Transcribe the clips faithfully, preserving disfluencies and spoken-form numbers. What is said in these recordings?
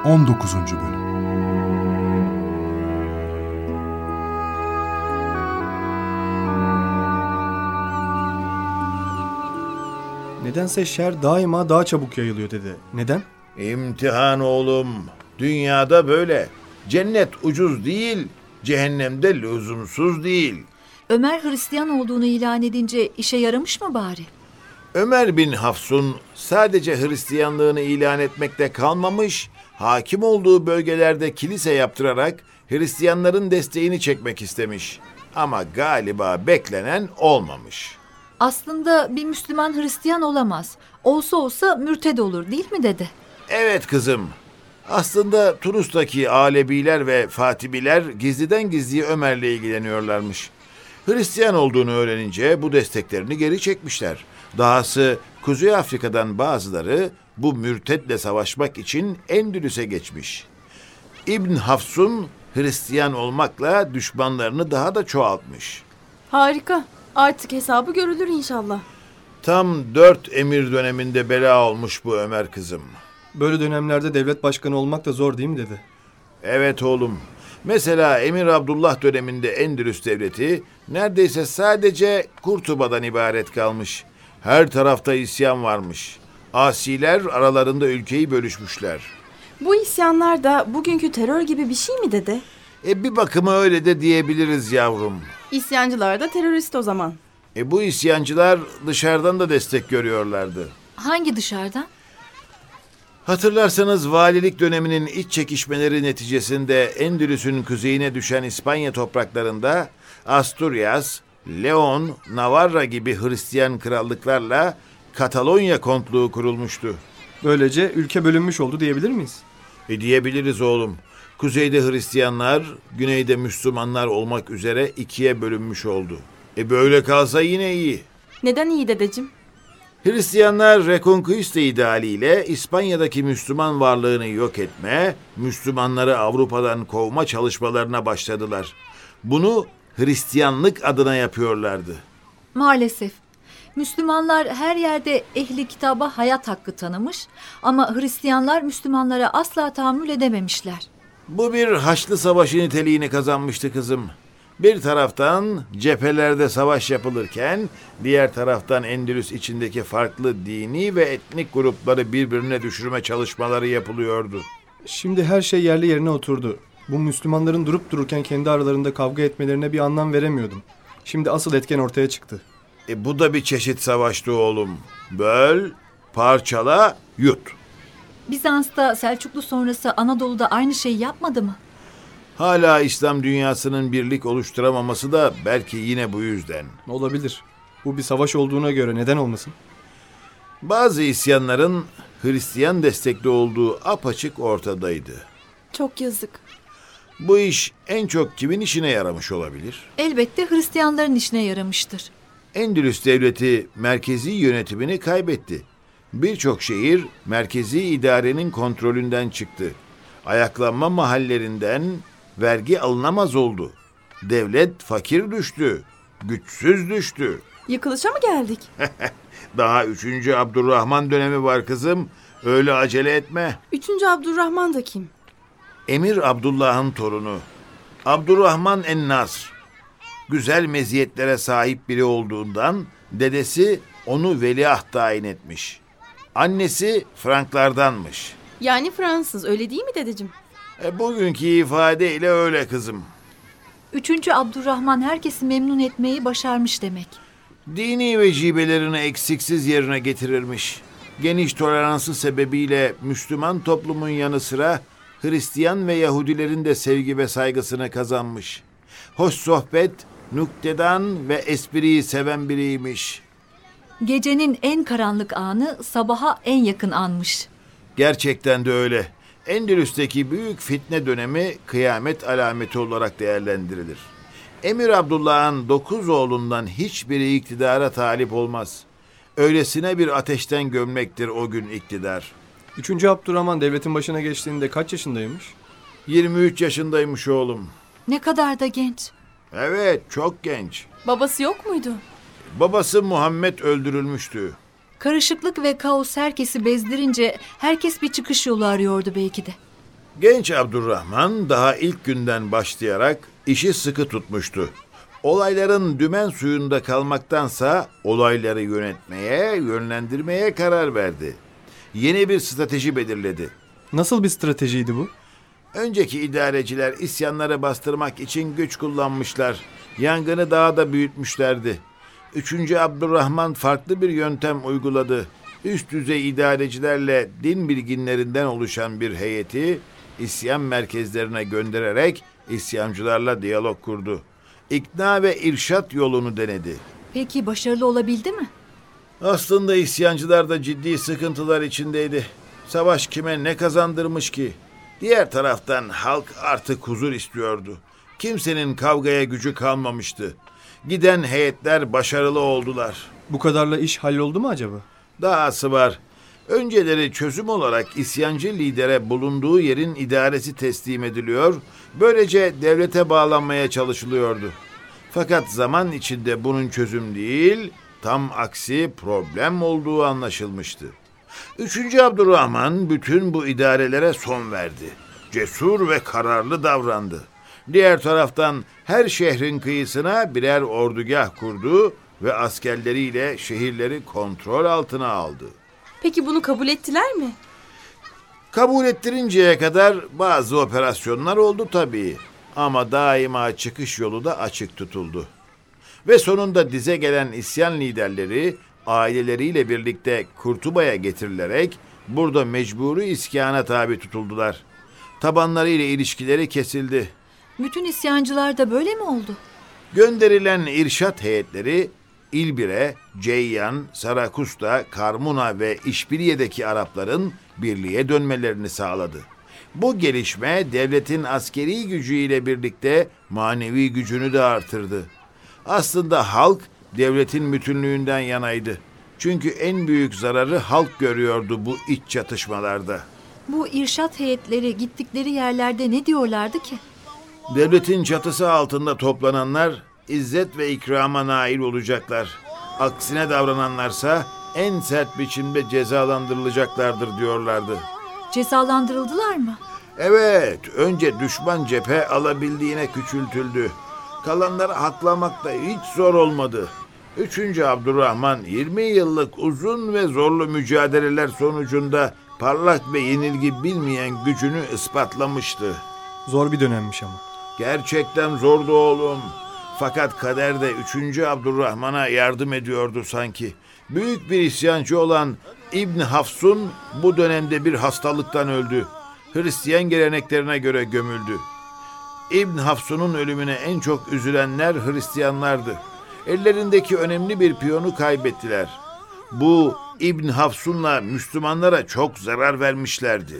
on dokuzuncu Bölüm. Nedense şer daima daha çabuk yayılıyor dede. Neden? İmtihan oğlum. Dünyada böyle. Cennet ucuz değil, cehennemde lüzumsuz değil. Ömer Hristiyan olduğunu ilan edince işe yaramış mı bari? Ömer bin Hafs'un sadece Hristiyanlığını ilan etmekte kalmamış, hakim olduğu bölgelerde kilise yaptırarak Hristiyanların desteğini çekmek istemiş. Ama galiba beklenen olmamış. Aslında bir Müslüman Hristiyan olamaz. Olsa olsa mürted olur değil mi dede? Evet kızım. Aslında Tunus'taki Aleviler ve Fatimiler gizliden gizliye Ömer'le ilgileniyorlarmış. Hristiyan olduğunu öğrenince bu desteklerini geri çekmişler. Dahası Kuzey Afrika'dan bazıları bu mürtedle savaşmak için Endülüs'e geçmiş. İbn Hafs'un Hristiyan olmakla düşmanlarını daha da çoğaltmış. Harika. Artık hesabı görülür inşallah. Tam dört emir döneminde bela olmuş bu Ömer kızım. Böyle dönemlerde devlet başkanı olmak da zor değil mi dede? Evet oğlum. Mesela Emir Abdullah döneminde Endülüs devleti neredeyse sadece Kurtuba'dan ibaret kalmış. Her tarafta isyan varmış. Asiler aralarında ülkeyi bölüşmüşler. Bu isyanlar da bugünkü terör gibi bir şey mi dede? E bir bakıma öyle de diyebiliriz yavrum. İsyancılar da terörist o zaman. E bu isyancılar dışarıdan da destek görüyorlardı. Hangi dışarıdan? Hatırlarsanız valilik döneminin iç çekişmeleri neticesinde Endülüs'ün kuzeyine düşen İspanya topraklarında Asturias, Leon, Navarra gibi Hristiyan krallıklarla Katalonya kontluğu kurulmuştu. Böylece ülke bölünmüş oldu diyebilir miyiz? E diyebiliriz oğlum. Kuzeyde Hristiyanlar, güneyde Müslümanlar olmak üzere ikiye bölünmüş oldu. E böyle kalsa yine iyi. Neden iyi dedeciğim? Hristiyanlar Reconquista idealiyle İspanya'daki Müslüman varlığını yok etme, Müslümanları Avrupa'dan kovma çalışmalarına başladılar. Bunu Hristiyanlık adına yapıyorlardı. Maalesef. Müslümanlar her yerde ehli kitaba hayat hakkı tanımış ama Hristiyanlar Müslümanlara asla tahammül edememişler. Bu bir Haçlı Savaşı niteliğini kazanmıştı kızım. Bir taraftan cephelerde savaş yapılırken, diğer taraftan Endülüs içindeki farklı dini ve etnik grupları birbirine düşürme çalışmaları yapılıyordu. Şimdi her şey yerli yerine oturdu. Bu Müslümanların durup dururken kendi aralarında kavga etmelerine bir anlam veremiyordum. Şimdi asıl etken ortaya çıktı. E bu da bir çeşit savaştı oğlum. Böl, parçala, yut. Bizans'ta Selçuklu sonrası Anadolu'da aynı şeyi yapmadı mı? Hala İslam dünyasının birlik oluşturamaması da belki yine bu yüzden. Olabilir. Bu bir savaş olduğuna göre neden olmasın? Bazı isyanların Hristiyan destekli olduğu apaçık ortadaydı. Çok yazık. Bu iş en çok kimin işine yaramış olabilir? Elbette Hristiyanların işine yaramıştır. Endülüs devleti merkezi yönetimini kaybetti. Birçok şehir merkezi idarenin kontrolünden çıktı. Ayaklanma mahallerinden vergi alınamaz oldu. Devlet fakir düştü, güçsüz düştü. Yıkılışa mı geldik? Daha üçüncü Abdurrahman dönemi var kızım. Öyle acele etme. Üçüncü Abdurrahman da kim? Emir Abdullah'ın torunu. Abdurrahman en-Nasr. Güzel meziyetlere sahip biri olduğundan dedesi onu veliaht tayin etmiş. Annesi Franklardanmış. Yani Fransız, öyle değil mi dedeciğim? E, bugünkü ifadeyle öyle kızım. Üçüncü Abdurrahman herkesi memnun etmeyi başarmış demek. Dini vecibelerini eksiksiz yerine getirirmiş. Geniş toleransı sebebiyle Müslüman toplumun yanı sıra Hristiyan ve Yahudilerin de sevgi ve saygısını kazanmış. Hoş sohbet, nüktedan ve espriyi seven biriymiş. Gecenin en karanlık anı sabaha en yakın anmış. Gerçekten de öyle. Endülüs'teki büyük fitne dönemi kıyamet alameti olarak değerlendirilir. Emir Abdullah'ın dokuz oğlundan hiçbiri iktidara talip olmaz. Öylesine bir ateşten gömmektir o gün iktidar. Üçüncü Abdurrahman devletin başına geçtiğinde kaç yaşındaymış? yirmi üç yaşındaymış oğlum. Ne kadar da genç. Evet, çok genç. Babası yok muydu? Babası Muhammed öldürülmüştü. Karışıklık ve kaos herkesi bezdirince herkes bir çıkış yolu arıyordu belki de. Genç Abdurrahman daha ilk günden başlayarak işi sıkı tutmuştu. Olayların dümen suyunda kalmaktansa olayları yönetmeye, yönlendirmeye karar verdi. Yeni bir strateji belirledi. Nasıl bir stratejiydi bu? Önceki idareciler isyanları bastırmak için güç kullanmışlar. Yangını daha da büyütmüşlerdi. Üçüncü Abdurrahman farklı bir yöntem uyguladı. Üst düzey idarecilerle din bilginlerinden oluşan bir heyeti isyan merkezlerine göndererek isyancılarla diyalog kurdu. İkna ve irşat yolunu denedi. Peki başarılı olabildi mi? Aslında isyancılar da ciddi sıkıntılar içindeydi. Savaş kime ne kazandırmış ki? Diğer taraftan halk artık huzur istiyordu. Kimsenin kavgaya gücü kalmamıştı. Giden heyetler başarılı oldular. Bu kadarla iş halloldu mu acaba? Dahası var. Önceleri çözüm olarak isyancı lidere bulunduğu yerin idaresi teslim ediliyor, böylece devlete bağlanmaya çalışılıyordu. Fakat zaman içinde bunun çözüm değil, tam aksi problem olduğu anlaşılmıştı. Üçüncü Abdurrahman bütün bu idarelere son verdi. Cesur ve kararlı davrandı. Diğer taraftan her şehrin kıyısına birer ordugah kurdu ve askerleriyle şehirleri kontrol altına aldı. Peki bunu kabul ettiler mi? Kabul ettirinceye kadar bazı operasyonlar oldu tabii. Ama daima çıkış yolu da açık tutuldu. Ve sonunda dize gelen isyan liderleri aileleriyle birlikte Kurtuba'ya getirilerek burada mecburi iskana tabi tutuldular. Tabanlarıyla ilişkileri kesildi. Bütün isyancılar da böyle mi oldu? Gönderilen irşat heyetleri İlbir'e, Ceyyan, Sarakusta, Karmuna ve İşbiliye'deki Arapların birliğe dönmelerini sağladı. Bu gelişme devletin askeri gücüyle birlikte manevi gücünü de artırdı. Aslında halk devletin bütünlüğünden yanaydı. Çünkü en büyük zararı halk görüyordu bu iç çatışmalarda. Bu irşat heyetleri gittikleri yerlerde ne diyorlardı ki? Devletin çatısı altında toplananlar izzet ve ikrama nail olacaklar. Aksine davrananlarsa en sert biçimde cezalandırılacaklardır diyorlardı. Cezalandırıldılar mı? Evet, önce düşman cephe alabildiğine küçültüldü. Kalanları haklamak da hiç zor olmadı. Üçüncü Abdurrahman yirmi yıllık uzun ve zorlu mücadeleler sonucunda parlak ve yenilgi bilmeyen gücünü ispatlamıştı. Zor bir dönemmiş ama. Gerçekten zordu oğlum. Fakat kader de üçüncü Abdurrahman'a yardım ediyordu sanki. Büyük bir isyancı olan İbn Hafsun bu dönemde bir hastalıktan öldü. Hristiyan geleneklerine göre gömüldü. İbn Hafsun'un ölümüne en çok üzülenler Hristiyanlardı. Ellerindeki önemli bir piyonu kaybettiler. Bu İbn Hafsun'la Müslümanlara çok zarar vermişlerdi.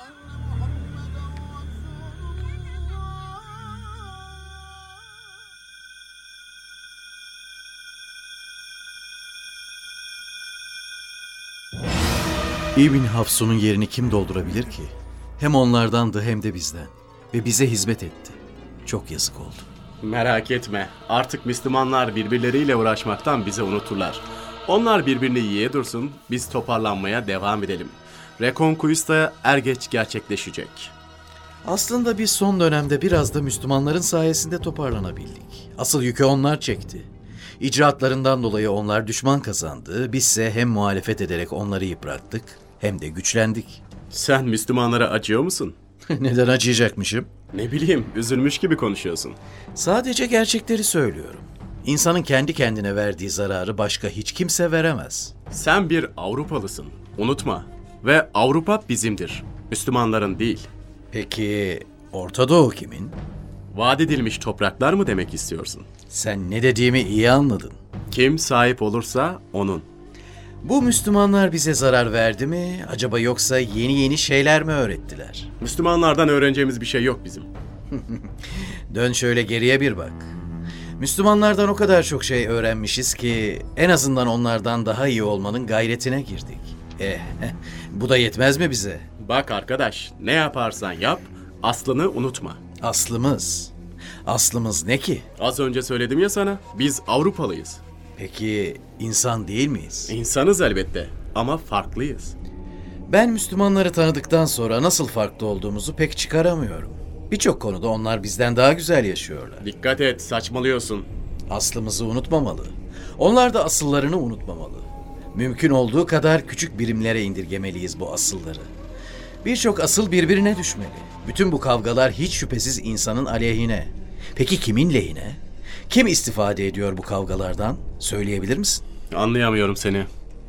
İbn Hafsun'un yerini kim doldurabilir ki? Hem onlardandı hem de bizden. Ve bize hizmet etti. Çok yazık oldu. Merak etme. Artık Müslümanlar birbirleriyle uğraşmaktan bizi unuturlar. Onlar birbirini yiye dursun, biz toparlanmaya devam edelim. Reconquista er geç gerçekleşecek. Aslında biz son dönemde biraz da Müslümanların sayesinde toparlanabildik. Asıl yükü onlar çekti. İcraatlarından dolayı onlar düşman kazandı. Bizse hem muhalefet ederek onları yıprattık hem de güçlendik. Sen Müslümanlara acıyor musun? Neden acıyacakmışım? Ne bileyim, üzülmüş gibi konuşuyorsun. Sadece gerçekleri söylüyorum. İnsanın kendi kendine verdiği zararı başka hiç kimse veremez. Sen bir Avrupalısın, unutma. Ve Avrupa bizimdir, Müslümanların değil. Peki Orta Doğu kimin? Vaat edilmiş topraklar mı demek istiyorsun? Sen ne dediğimi iyi anladın. Kim sahip olursa onun. Bu Müslümanlar bize zarar verdi mi? Acaba yoksa yeni yeni şeyler mi öğrettiler? Müslümanlardan öğreneceğimiz bir şey yok bizim. Dön şöyle geriye bir bak. Müslümanlardan o kadar çok şey öğrenmişiz ki en azından onlardan daha iyi olmanın gayretine girdik. Eh, bu da yetmez mi bize? Bak arkadaş, ne yaparsan yap, aslını unutma. Aslımız. Aslımız ne ki? Az önce söyledim ya sana, biz Avrupalıyız. Peki insan değil miyiz? İnsanız elbette ama farklıyız. Ben Müslümanları tanıdıktan sonra nasıl farklı olduğumuzu pek çıkaramıyorum. Birçok konuda onlar bizden daha güzel yaşıyorlar. Dikkat et, saçmalıyorsun. Aslımızı unutmamalı. Onlar da asıllarını unutmamalı. Mümkün olduğu kadar küçük birimlere indirgemeliyiz bu asılları. Birçok asıl birbirine düşmeli. Bütün bu kavgalar hiç şüphesiz insanın aleyhine. Peki kimin lehine? Kim istifade ediyor bu kavgalardan? Söyleyebilir misin? Anlayamıyorum seni.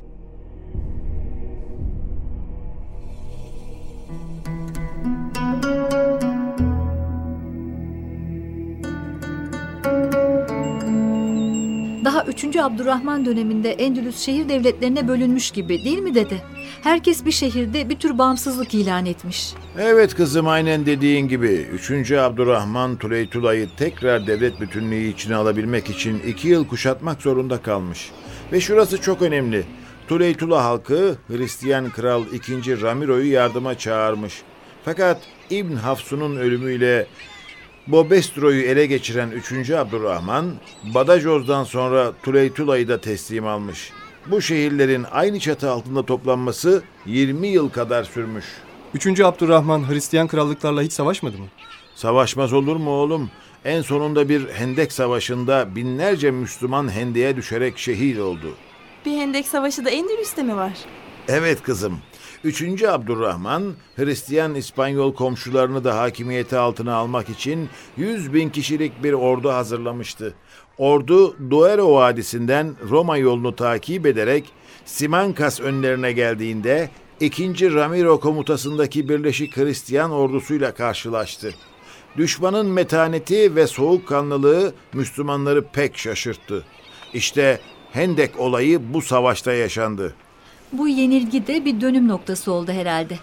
Daha üçüncü Abdurrahman döneminde Endülüs şehir devletlerine bölünmüş gibi, değil mi dede? Herkes bir şehirde bir tür bağımsızlık ilan etmiş. Evet kızım, aynen dediğin gibi. üçüncü Abdurrahman Tuleytula'yı tekrar devlet bütünlüğü içine alabilmek için iki yıl kuşatmak zorunda kalmış. Ve şurası çok önemli. Tuleytula halkı Hristiyan Kral ikinci. Ramiro'yu yardıma çağırmış. Fakat İbn Hafsun'un ölümüyle Bobestro'yu ele geçiren üçüncü. Abdurrahman, Badajoz'dan sonra Tuleytula'yı da teslim almış. Bu şehirlerin aynı çatı altında toplanması yirmi yıl kadar sürmüş. üçüncü. Abdurrahman Hristiyan krallıklarla hiç savaşmadı mı? Savaşmaz olur mu oğlum? En sonunda bir Hendek Savaşı'nda binlerce Müslüman hendeye düşerek şehit oldu. Bir Hendek Savaşı da Endülüs'te mi var? Evet kızım. üçüncü. Abdurrahman, Hristiyan İspanyol komşularını da hakimiyeti altına almak için yüz bin kişilik bir ordu hazırlamıştı. Ordu, Duero Vadisi'nden Roma yolunu takip ederek Simancas önlerine geldiğinde ikinci. Ramiro komutasındaki Birleşik Hristiyan ordusuyla karşılaştı. Düşmanın metaneti ve soğukkanlılığı Müslümanları pek şaşırttı. İşte Hendek olayı bu savaşta yaşandı. Bu yenilgi de bir dönüm noktası oldu herhalde.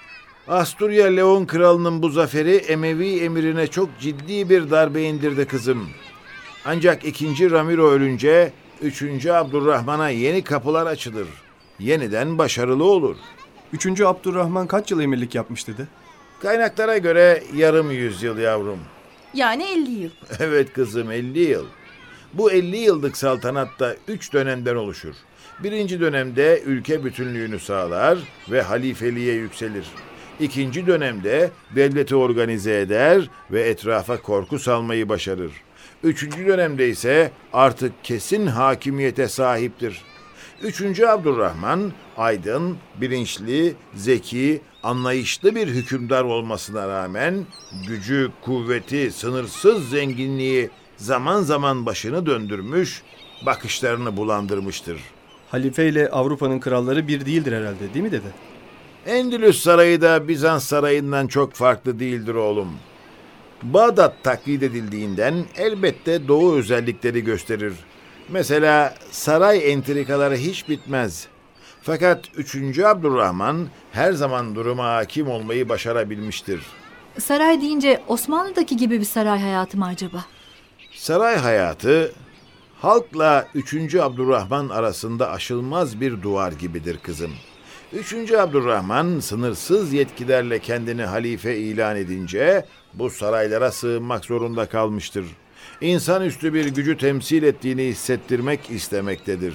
Asturya Leon kralının bu zaferi Emevi emirine çok ciddi bir darbe indirdi kızım. Ancak ikinci. Ramiro ölünce üçüncü. Abdurrahman'a yeni kapılar açılır. Yeniden başarılı olur. üçüncü. Abdurrahman kaç yıl emirlik yapmış dedi? Kaynaklara göre yarım yüzyıl yavrum. Yani elli yıl. Evet kızım, elli yıl. Bu elli yıllık saltanatta üç dönemden oluşur. Birinci dönemde ülke bütünlüğünü sağlar ve halifeliğe yükselir. İkinci dönemde devleti organize eder ve etrafa korku salmayı başarır. Üçüncü dönemde ise artık kesin hakimiyete sahiptir. Üçüncü Abdurrahman, aydın, bilinçli, zeki, anlayışlı bir hükümdar olmasına rağmen gücü, kuvveti, sınırsız zenginliği zaman zaman başını döndürmüş, bakışlarını bulandırmıştır. Halife ile Avrupa'nın kralları bir değildir herhalde, değil mi dede? Endülüs sarayı da Bizans sarayından çok farklı değildir oğlum. Bağdat taklit edildiğinden elbette doğu özellikleri gösterir. Mesela saray entrikaları hiç bitmez. Fakat üçüncü. Abdurrahman her zaman duruma hakim olmayı başarabilmiştir. Saray deyince Osmanlı'daki gibi bir saray hayatı mı acaba? Saray hayatı halkla üçüncü. Abdurrahman arasında aşılmaz bir duvar gibidir kızım. üçüncü. Abdurrahman sınırsız yetkilerle kendini halife ilan edince bu saraylara sığınmak zorunda kalmıştır. İnsanüstü bir gücü temsil ettiğini hissettirmek istemektedir.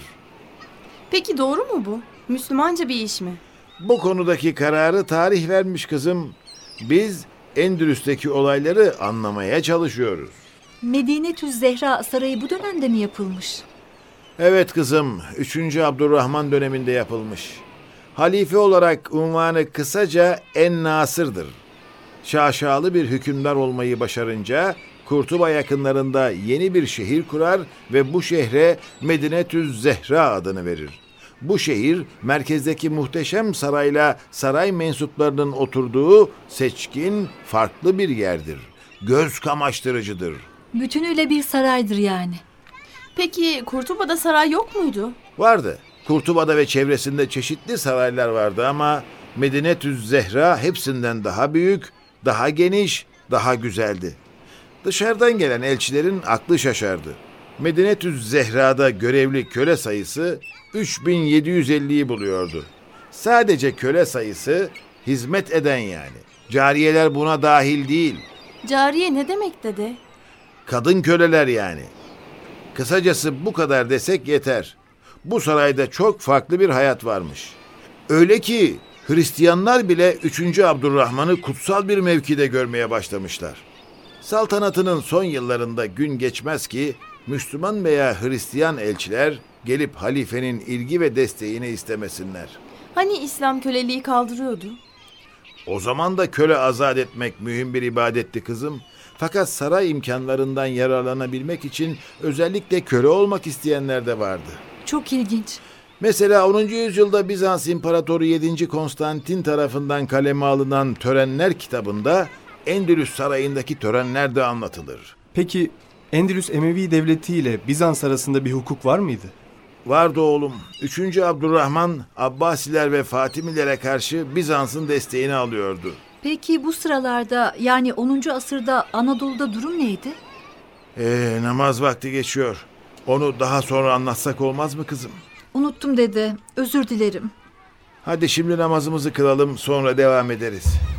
Peki doğru mu bu? Müslümanca bir iş mi? Bu konudaki kararı tarih vermiş kızım. Biz Endülüs'teki olayları anlamaya çalışıyoruz. Medinetüz Zehra sarayı bu dönemde mi yapılmış? Evet kızım, üçüncü. Abdurrahman döneminde yapılmış. Halife olarak unvanı kısaca En-Nasır'dır. Şaşalı bir hükümdar olmayı başarınca Kurtuba yakınlarında yeni bir şehir kurar ve bu şehre Medinetüz Zehra adını verir. Bu şehir merkezdeki muhteşem sarayla saray mensuplarının oturduğu seçkin, farklı bir yerdir. Göz kamaştırıcıdır. Bütünüyle bir saraydır yani. Peki Kurtuba'da saray yok muydu? Vardı. Kurtuba'da ve çevresinde çeşitli saraylar vardı ama Medinetüz Zehra hepsinden daha büyük, daha geniş, daha güzeldi. Dışarıdan gelen elçilerin aklı şaşardı. Medinetüz Zehra'da görevli köle sayısı üç bin yedi yüz elliyi buluyordu. Sadece köle sayısı hizmet eden yani. Cariyeler buna dahil değil. Cariye ne demek dede? Kadın köleler yani. Kısacası bu kadar desek yeter. Bu sarayda çok farklı bir hayat varmış. Öyle ki Hristiyanlar bile üçüncü Abdurrahman'ı kutsal bir mevkide görmeye başlamışlar. Saltanatının son yıllarında gün geçmez ki Müslüman veya Hristiyan elçiler gelip halifenin ilgi ve desteğini istemesinler. Hani İslam köleliği kaldırıyordu? O zaman da köle azat etmek mühim bir ibadetti kızım. Fakat saray imkanlarından yararlanabilmek için özellikle köle olmak isteyenler de vardı. Çok ilginç. Mesela onuncu yüzyılda Bizans İmparatoru yedinci Konstantin tarafından kaleme alınan Törenler kitabında Endülüs sarayındaki törenler de anlatılır. Peki Endülüs Emevi Devleti ile Bizans arasında bir hukuk var mıydı? Vardı oğlum. üçüncü Abdurrahman Abbasiler ve Fatimilere karşı Bizans'ın desteğini alıyordu. Peki bu sıralarda yani onuncu asırda Anadolu'da durum neydi? Ee, namaz vakti geçiyor. Onu daha sonra anlatsak olmaz mı kızım? Unuttum dede. Özür dilerim. Hadi şimdi namazımızı kılalım, sonra devam ederiz.